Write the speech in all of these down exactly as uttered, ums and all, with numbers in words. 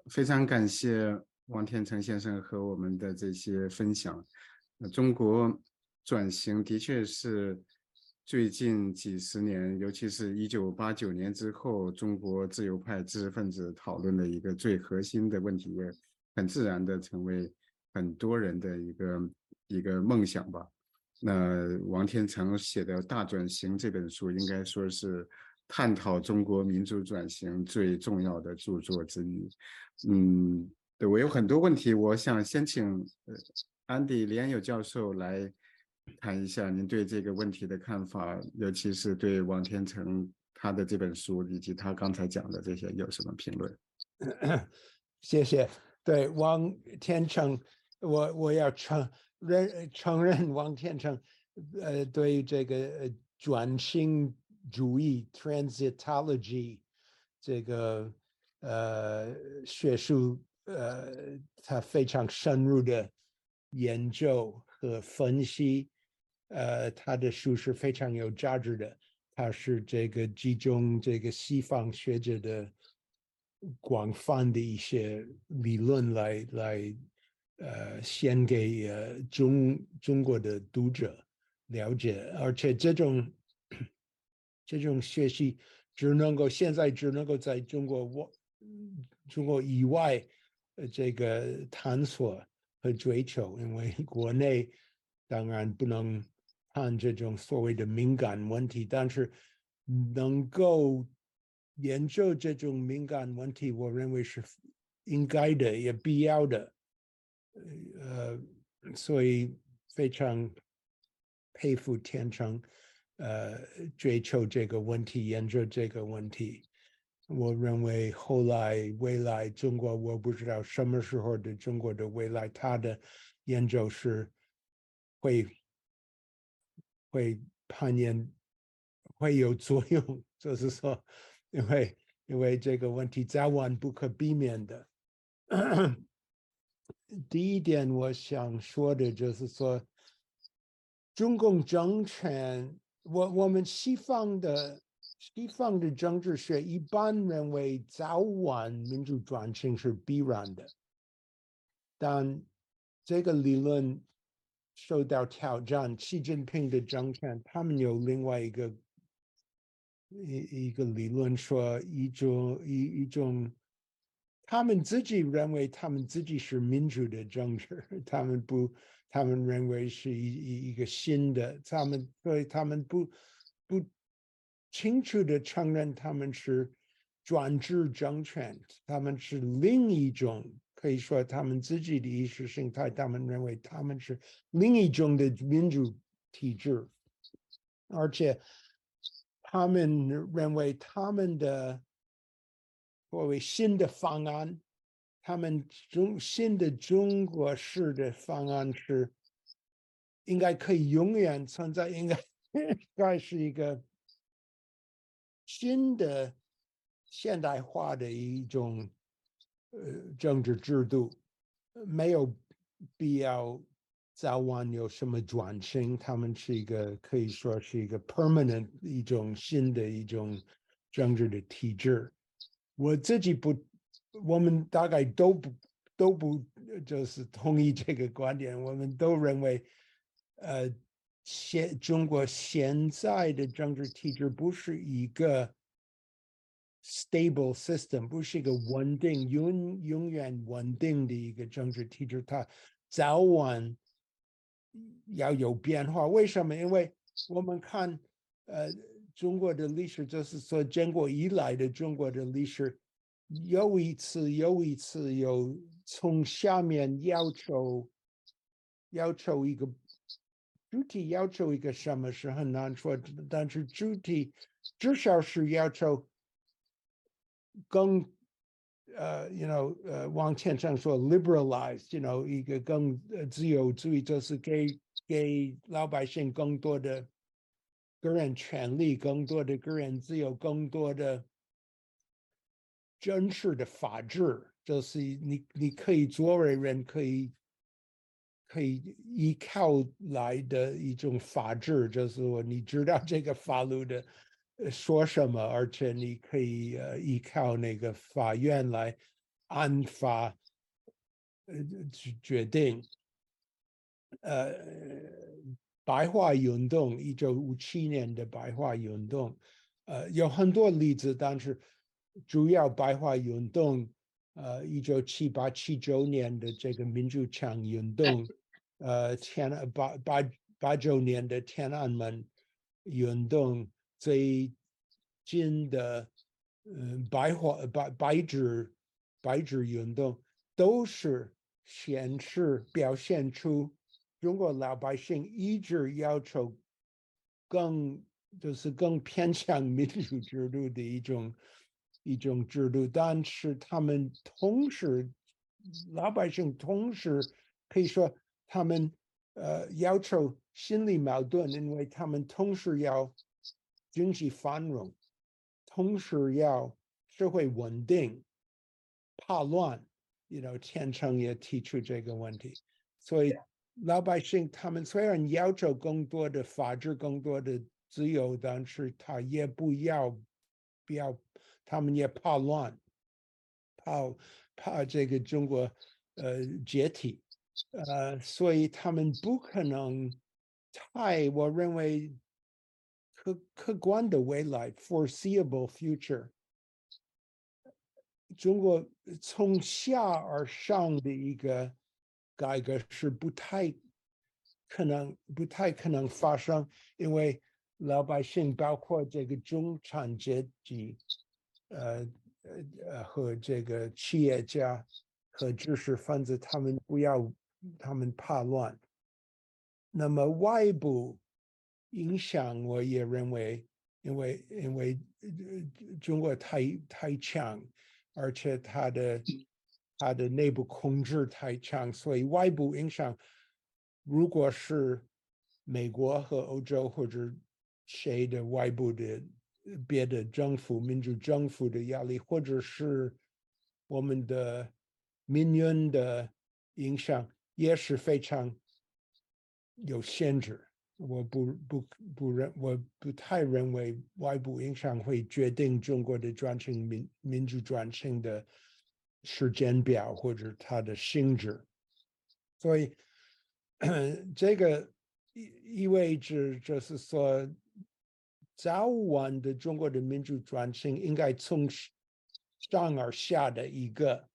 非常感谢王天成先生和我们的这些分享。呃中国转型的确是最近几十年，尤其是一九八九年之后，中国自由派知识分子讨论的一个最核心的问题，也很自然的成为很多人的一个一个梦想吧。那王天成写的《大转型》这本书，应该说是探讨中国民主转型最重要的著作之一。嗯，对，我有很多问题，我想先请呃安迪连友教授来谈一下您对这个问题的看法，尤其是对王天成他的这本书以及他刚才讲的这些有什么评论？ 谢谢。对，王天成，我我要承认承认王天成，呃，对于这个呃转型主义 （transitology） 这个呃学术，呃，他非常深入的研究和分析，呃，他的书是非常有价值的。他是这个集中这个西方学者的广泛的一些理论来来呃献给呃中中国的读者了解，而且这种这种学习只能够现在只能够在中国外中国以外呃这个探索和追求，因为国内当然不能看这种所谓的敏感问题，但是能够研究这种敏感问题，我认为是应该的，也必要的。呃，所以非常佩服天成，呃，追求这个问题，研究这个问题。我认为后来未来中国，我不知道什么时候的中国的未来，他的研究是会会攀岩会有作用，就是说，因为因为这个问题早晚不可避免的。第一点，我想说的就是说，中共政权，我我们西方的西方的政治学一般认为早晚民主转型是必然的，但这个理论受到挑战。习近平的政权，他们有另外一个一一个理论说一种一一种，他们自己认为他们自己是民主的政治，他们不，他们认为是一一个新的，他们所以他们不不清楚的承认他们是专制政权，他们是另一种，可以说他们自己的意识形态，他们认为他们是另一种的民主体制，而且他们认为他们的所谓新的方案，他们中新的中国式的方案是应该可以永远存在，应该应该是一个新的现代化的一种呃政治制度，没有必要早晚有什么转型，他们是一个可以说是一个 permanent 一种新的一种政治的体制。我自己不，我们大概都不都不就是同意这个观点，我们都认为，呃，现中国现在的政治体制不是一个 stable system，不是一个稳定、永永远稳定的一个政治体制，它早晚要有变化。为什么？因为我们看，呃，中国的历史，就是说建国以来的中国的历史，又一次又一次有从下面要求要求一个主体要求一个什么是很难说，但是主体至少是要求更呃，you know，呃，往前上说 liberalize，you know，一个更呃自由主义，就是给给老百姓更多的个人权利，更多的个人自由，更多的真实的法治，就是你你可以作为人可以可以依靠来的一种法治，就是说你知道这个法律的说什么，而且你可以呃依靠那个法院来案发呃决定，呃，白话运动，一九五七年的白话运动，呃，有很多例子，但是主要白话运动，呃，一九七八七九年的这个民主墙运动，呃，天八八八九年的天安门运动，最近的，嗯、呃，白话白白纸白纸运动，都是显示表现出中国老百姓一直要求更就是更偏向民主制度的一种一种制度，但是他们同时老百姓同时可以说他们呃要求心理矛盾，因为他们同时要经济繁荣，同时要社会稳定，怕乱。you know 天成也提出这个问题，所以老百姓他们虽然要求更多的法治、更多的自由，但是他也不要不要，他们也怕乱，怕怕这个中国呃解体，呃，所以他们不可能太，我认为客客观的未来 foreseeable future。中国从下而上的一个改革是不太可能、不太可能发生，因为老百姓包括这个中产阶级，呃呃和这个企业家和知识分子，他们不要，他们怕乱。那么外部影响，我也认为，因为因为中国太太强，而且它的它的内部控制太强，所以外部影响，如果是美国和欧洲或者谁的外部的别的政府、民主政府的压力，或者是我们的民运的影响，也是非常有限制。我不不不认，我不太认为外部影响会决定中国的转型民民主转型的时间表或者它的性质，所以这个意意味着就是说，早晚的中国的民主转型应该从上而下的一个，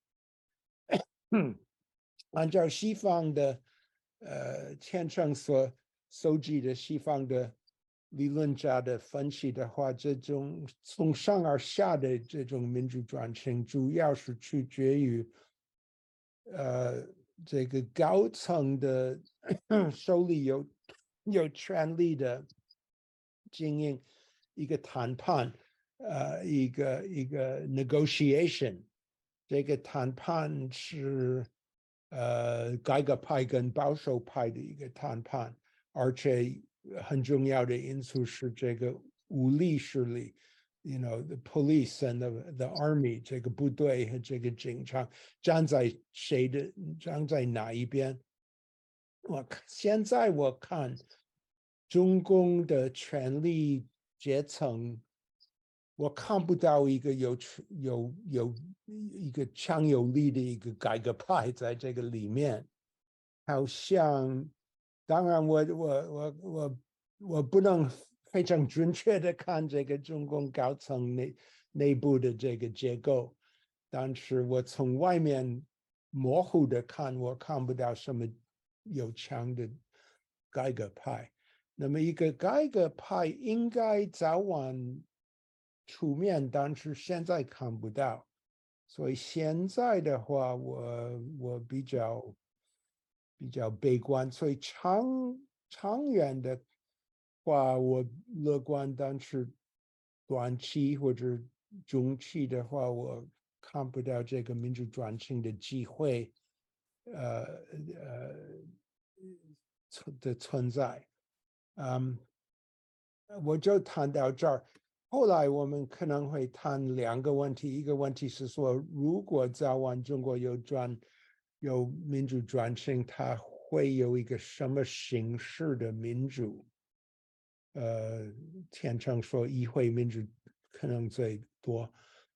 按照西方的呃天成所收集的西方的理论家的分析的话，这种从上而下的这种民主转型，主要是取决于呃这个高层的手里有有权力的经营一个谈判，呃，一个一个 negotiation。这个谈判是呃改革派跟保守派的一个谈判，而且很重要的因素是这个武力势力，you know the police and the the army 这个部队和这个警察站在谁的站在哪一边？我现在我看中共的权力阶层，我看不到一个有有有一个强有力的一个改革派在这个里面，好像，当然我我我我我不能非常准确的看这个中共高层内内部的这个结构，但是我从外面模糊的看，我看不到什么有强的改革派。那么一个改革派应该早晚出面，但是现在看不到，所以现在的话我，我我比较比较悲观，所以长长远的话，我乐观，但是短期或者中期的话，我看不到这个民主转型的机会，呃呃的存在。嗯，我就谈到这儿。后来我们可能会谈两个问题，一个问题是说，如果早晚中国有转有民主转型，它会有一个什么形式的民主？呃，天成说议会民主可能最多，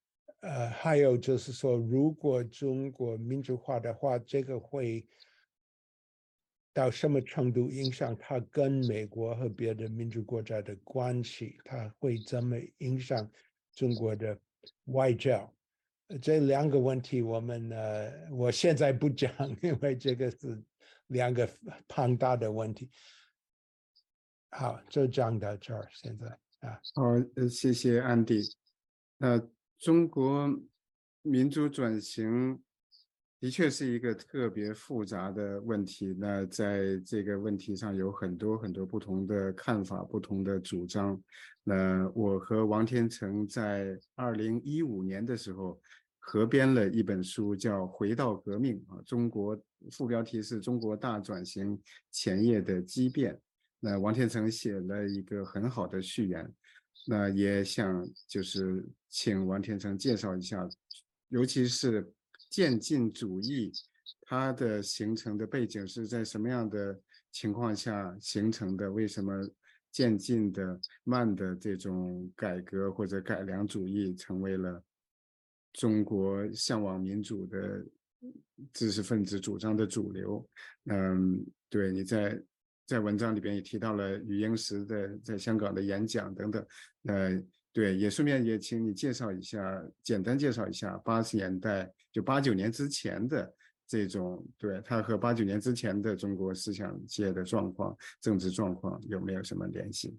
呃，还有就是说，如果中国民主化的话，这个会到什么程度影响它跟美国和别的民主国家的关系？它会怎么影响中国的外交？这两个问题，我们呃，我现在不讲，因为这个是两个庞大的问题。好，就讲到这儿，现在啊。 好，呃，谢谢安迪。那中国民主转型的确是一个特别复杂的问题。那在这个问题上有很多很多不同的看法、不同的主张。那我和王天成在二零一五年的时候合编了一本书，叫《回到革命》啊，中国副标题是中国大转型前夜的激变。那王天成写了一个很好的序言。那也想就是请王天成介绍一下，尤其是渐进主义，它的形成的背景是在什么样的情况下形成的？为什么渐进的、慢的这种改革或者改良主义成为了中国向往民主的知识分子主张的主流？嗯，对，你在在文章里边也提到了余英时的在香港的演讲等等。呃，对，也顺便也请你介绍一下，简单介绍一下八十年代就八九年之前的这种，对，他和八九年之前的中国思想界的状况、政治状况有没有什么联系？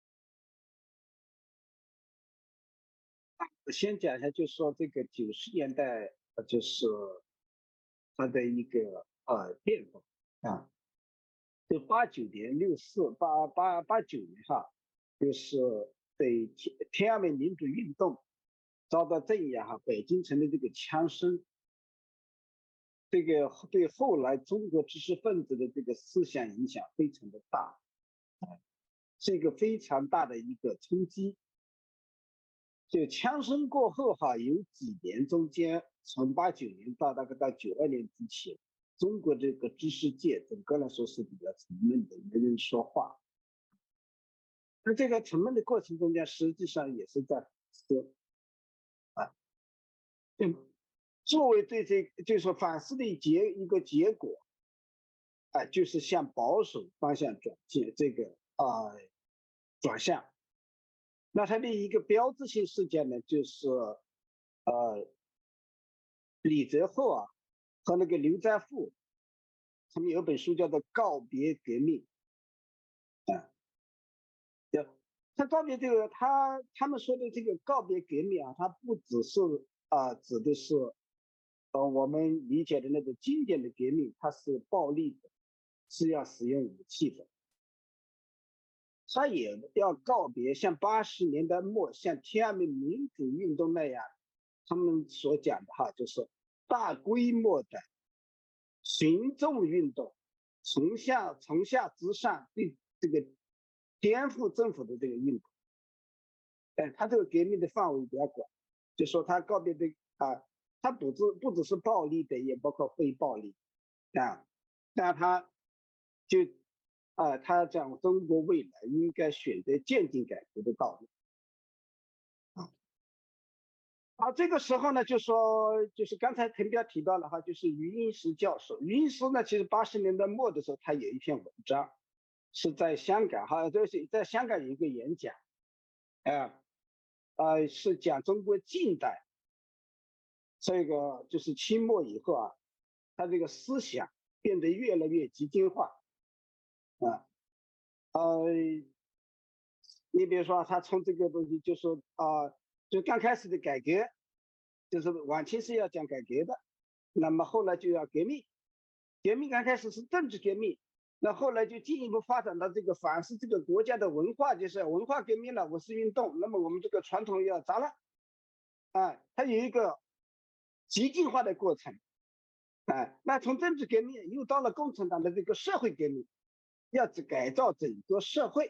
先讲一下，就是说这个九十年代，呃就是它的一个呃变化啊，就八九年、六四、八八八九年哈，就是对天天安门民主运动遭到镇压哈，北京城的这个枪声，这个对后来中国知识分子的这个思想影响非常的大，是一个非常大的一个冲击。就枪声过后哈，有几年中间，从八九年到大概到九二年之前，中国这个知识界整个来说是比较沉闷的，没人说话。那这个沉闷的过程中间，实际上也是在思啊，就作为对这就是说反思的结一个结果啊，就是向保守方向转进这个啊、呃、转向。那它的一个标志性事件呢，就是呃李泽厚啊和那个刘再富，他们有本书叫做《告别革命》啊，对，他告别这个他他们说的这个告别革命啊，它不只是啊、呃、指的是呃我们理解的那个经典的革命，它是暴力的，是要使用武器的。他也要告别像八十年代末像天安门民主运动那样，他们所讲的哈，就是大规模的群众运动，从下从下至上对这个颠覆政府的这个运动。哎，他这个革命的范围比较广，就说他告别的啊，他不只不只是暴力的，也包括非暴力啊，但他就。啊，他讲中国未来应该选择渐进改革的道路。啊，啊，这个时候呢，就说就是刚才滕彪提到了哈，就是余英时教授。余英时呢，其实八十年代末的时候，他有一篇文章，是在香港哈，就是在香港有一个演讲，啊，呃，是讲中国近代这个就是清末以后啊，他这个思想变得越来越激进化。啊，呃，你比如说，他从这个东西就说啊、呃，就刚开始的改革，就是晚清是要讲改革的，那么后来就要革命，革命刚开始是政治革命，那后来就进一步发展到这个反思这个国家的文化，就是文化革命了，五四运动，那么我们这个传统要砸了，啊，它有一个激进化的过程，啊，那从政治革命又到了共产党的这个社会革命。要改造整个社会，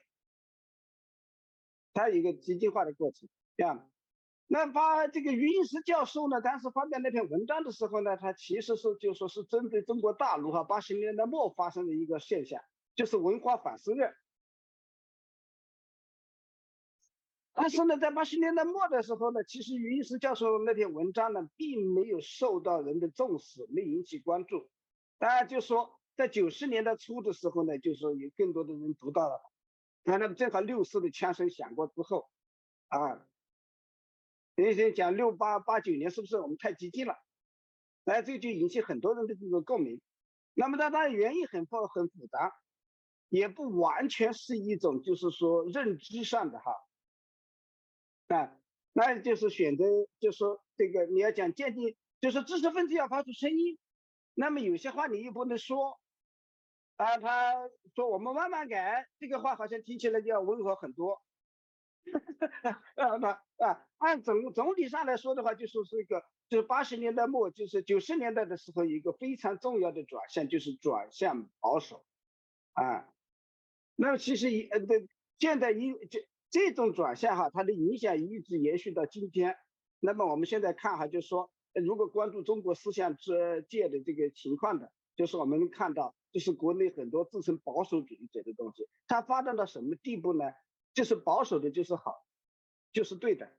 它有一个激进化的过程，这样。那发这个余英时教授呢，当时发表那篇文章的时候呢，他其实是就说是针对中国大陆哈八十年代末发生的一个现象，就是文化反思热。 但是呢，在八十年代末的时候呢，其实余英时教授那篇文章呢，并没有受到人的重视，没引起关注。当然，就说在九十年代初的时候呢，就说有更多的人读到了，那那么正好六四的枪声响过之后，啊，有些人讲六八八九年是不是我们太激进了？哎，这就引起很多人的这个共鸣。那么它当然原因很复很复杂，也不完全是一种就是说认知上的哈。啊，那就是选择，就是说这个你要讲坚定，就是知识分子要发出声音，那么有些话你又不能说，啊，他说我们慢慢改，这个话好像听起来就要温和很多，啊，那啊，按总总体上来说的话，就是是一个，就是八十年代末，就是九十年代的时候，一个非常重要的转向，就是转向保守，啊，那么其实一呃对，现在一这。这种转向哈，它的影响一直延续到今天。那么我们现在看哈，就是说，如果关注中国思想界的这个情况的，就是我们能看到，就是国内很多自称保守主义者的东西，它发展到什么地步呢？就是保守的就是好，就是对的，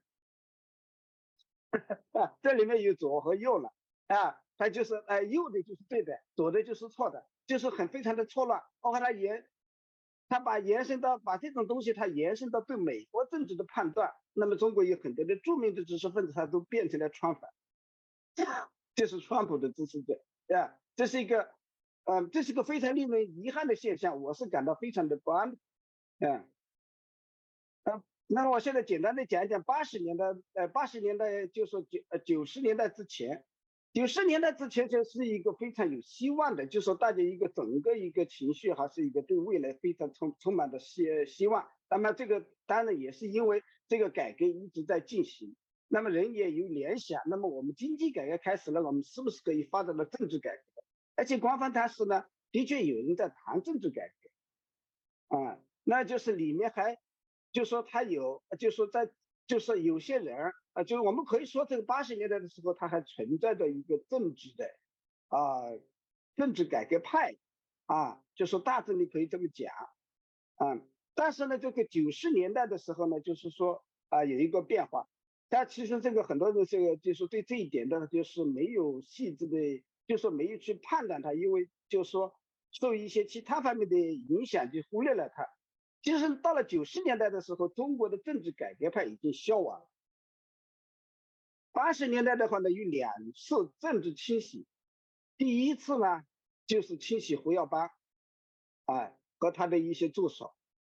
啊，这里面有左和右了，啊，它就是呃右的就是对的，左的就是错的，就是很非常的错乱，包括它也。他把延伸到把这种东西，他延伸到对美国政治的判断，那么中国有很多的著名的知识分子，他都变成了川粉，这是川普的支持者，啊，这是一个，嗯、呃，这是个非常令人遗憾的现象，我是感到非常的不安，嗯，呃，那么我现在简单的讲一讲八十年代，呃，八十年代就是九呃九十年代之前。九十年代之前就是一个非常有希望的，就是说大家一个整个一个情绪还是一个对未来非常充充满的希希望。那么这个当然也是因为这个改革一直在进行，那么人也有联想，那么我们经济改革开始了，我们是不是可以发展到政治改革？而且官方谈时呢，的确有人在谈政治改革，啊，那就是里面还就说他有，就说在。就是有些人啊，就是我们可以说，这个八十年代的时候，它还存在着一个政治的啊、呃，政治改革派啊，就是大致你可以这么讲啊。但是呢，这个九十年代的时候呢，就是说啊、呃，有一个变化。但其实这个很多人这个就是对这一点的，就是没有细致的，就是没有去判断它，因为就是说受一些其他方面的影响，就忽略了它。其实到了九十年代的时候，中国的政治改革派已经消亡了。八十年代的话呢，有两次政治清洗，第一次呢就是清洗胡耀邦，啊和他的一些助手；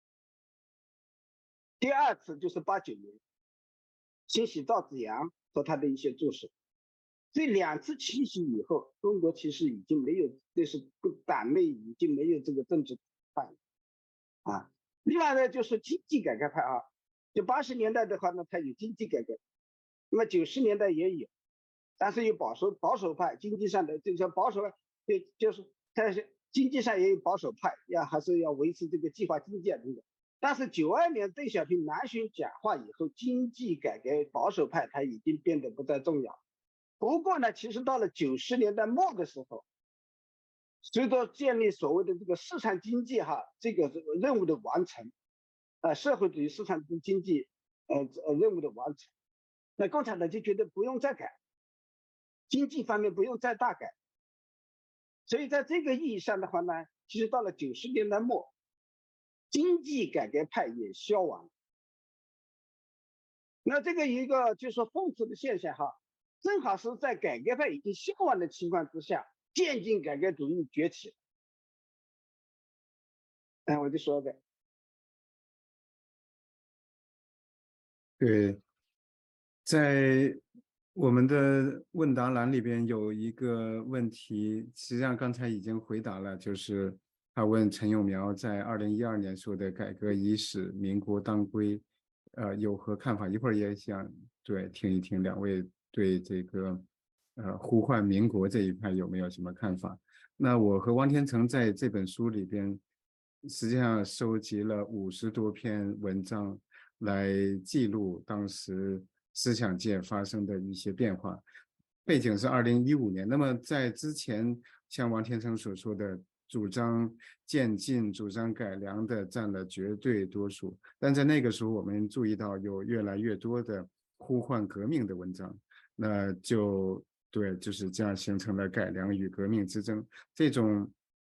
第二次就是八九年清洗赵紫阳和他的一些助手。这两次清洗以后，中国其实已经没有，就是党内已经没有这个政治派啊。另外呢，就是经济改革派啊，就八十年代的话呢，它有经济改革，那么九十年代也有，但是有保守保守派，经济上的就叫保守派，就就是但是经济上也有保守派，要还是要维持这个计划经济啊等等。但是九二年邓小平南巡讲话以后，经济改革保守派它已经变得不再重要。不过呢，其实到了九十年代末的时候，随着建立所谓的这个市场经济哈，这个任务的完成，呃，社会主义市场经济呃呃任务的完成，那共产党就觉得不用再改，经济方面不用再大改，所以在这个意义上的话呢，其实到了九十年代末，经济改革派也消亡。那这个一个就是说讽刺的现象哈，正好是在改革派已经消亡的情况之下，渐进改革主义崛起。哎，我就说呗。 对，在我们的问答栏里边有一个问题，实际上刚才已经回答了，就是他问陈永苗在二零一二年说的改革已始，民国当归，呃，有何看法？一会儿也想对听一听两位对这个呃呼唤民国这一块有没有什么看法？那我和汪天成在这本书里边，实际上收集了五十多篇文章。来记录当时思想界发生的一些变化，背景是二零一五年。那么在之前，像王天成所说的， 主张渐进、主张改良的占了绝对多数。但在那个时候，我们注意到有越来越多的呼唤革命的文章，那就对，就是这样形成了改良与革命之争。这种，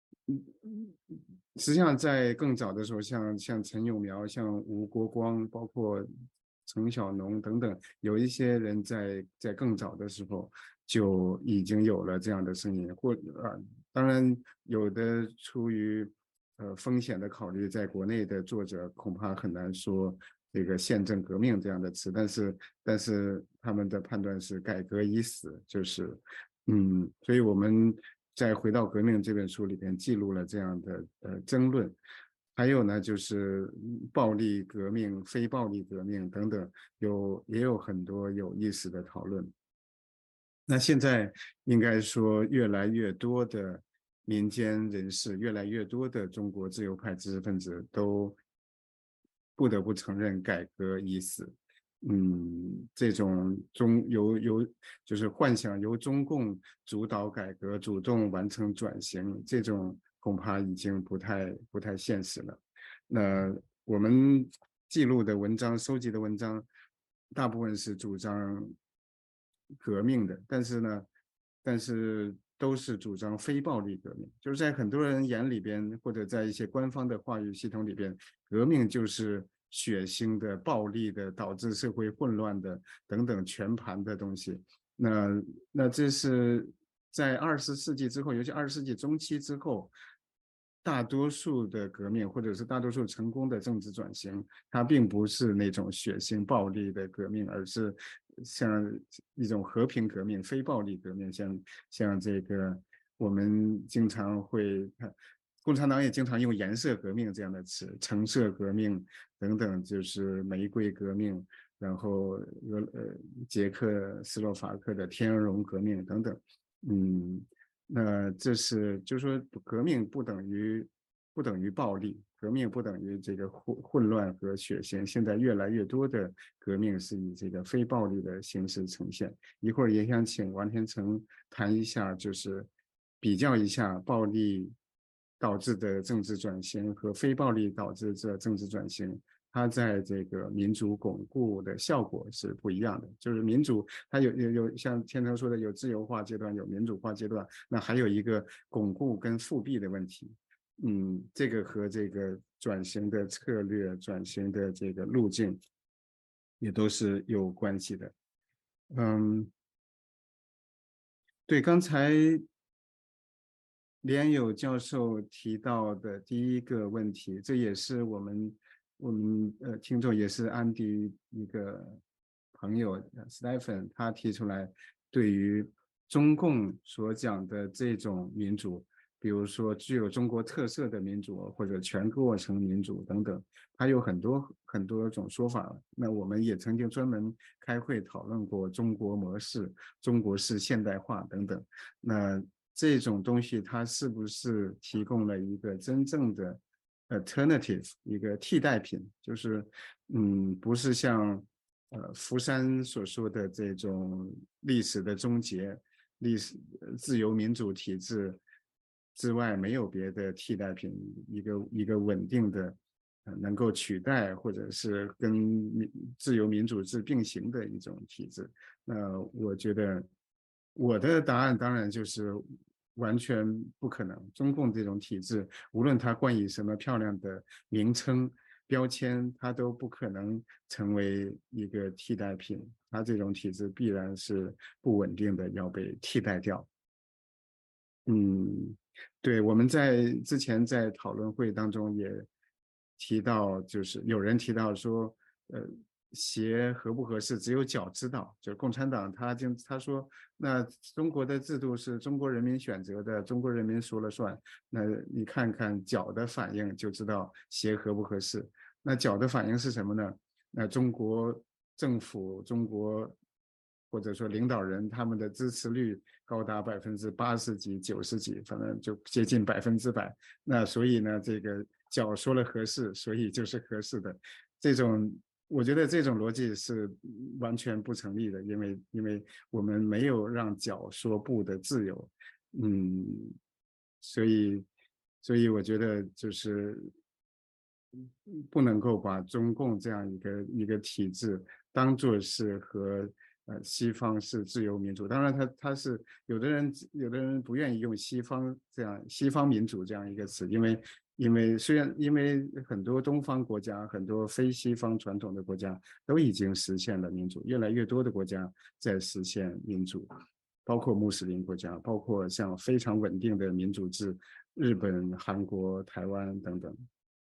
实际上在更早的时候，像像陈友苗、像吴国光，包括程小农等等，有一些人在在更早的时候就已经有了这样的声音，或啊，当然有的出于呃风险的考虑，在国内的作者恐怕很难说这个宪政革命这样的词，但是但是他们的判断是改革已死，就是嗯，所以我们在回到革命这本书里边记录了这样的呃争论。还有呢，就是暴力革命、非暴力革命等等，有也有很多有意思的讨论。那现在应该说，越来越多的民间人士，越来越多的中国自由派知识分子都不得不承认改革已死。嗯，这种中由由就是幻想由中共主导改革、主动完成转型，这种恐怕已经不太不太现实了。那我们记录的文章、收集的文章，大部分是主张革命的，但是呢，但是都是主张非暴力革命，就是在很多人眼里边，或者在一些官方的话语系统里边，革命就是血腥的、暴力的、导致社会混乱的等等全盘的东西。那那这是在二十世纪之后，尤其二十世纪中期之后，大多数的革命或者是大多数成功的政治转型，它并不是那种血腥暴力的革命，而是像一种和平革命、非暴力革命，像像这个我们经常会，共产党也经常用颜色革命这样的词，橙色革命等等，就是玫瑰革命，然后呃捷克斯洛伐克的天鹅绒革命等等，嗯。那这是就是说，革命不等于不等于暴力，革命不等于这个混混乱和血腥。现在越来越多的革命是以这个非暴力的形式呈现。一会儿也想请王天成谈一下，就是比较一下暴力导致的政治转型和非暴力导致的政治转型。它在这个民主巩固的效果是不一样的，就是民主它有有有像天成说的有自由化阶段，有民主化阶段，那还有一个巩固跟复辟的问题。嗯，这个和这个转型的策略、转型的这个路径也都是有关系的。嗯，对，刚才连友教授提到的第一个问题，这也是我们我们呃听众也是安迪一个朋友 Stephen 他提出来，对于中共所讲的这种民主，比如说具有中国特色的民主或者全过程民主等等，它有很多很多种说法。那我们也曾经专门开会讨论过中国模式、中国式现代化等等。那这种东西它是不是提供了一个真正的 alternative 一个替代品，就是嗯，不是像呃福山所说的这种历史的终结，历史自由民主体制之外没有别的替代品，一个一个稳定的能够取代或者是跟自由民主制并行的一种体制。那我觉得我的答案当然就是完全不可能。中共这种体制，无论它冠以什么漂亮的名称标签，它都不可能成为一个替代品。它这种体制必然是不稳定的，要被替代掉。嗯，对，我们在之前在讨论会当中也提到，就是有人提到说，呃，鞋合不合适，只有脚知道。就共产党他就他说，那中国的制度是中国人民选择的，中国人民说了算。那你看看脚的反应就知道鞋合不合适。那脚的反应是什么呢？那中国政府、中国或者说领导人他们的支持率高达百分之八十几、九十几，反正就接近百分之百。那所以呢，这个脚说了合适，所以就是合适的。这种我觉得这种逻辑是完全不成立的，因为因为我们没有让脚说不的自由。嗯，所以所以我觉得就是不能够把中共这样一个一个体制当做是和呃西方是自由民主。当然他他是有的人有的人不愿意用西方这样西方民主这样一个词，因为因为虽然因为很多东方国家很多非西方传统的国家都已经实现了民主，越来越多的国家在实现民主，包括穆斯林国家，包括像非常稳定的民主制日本、韩国、台湾等等。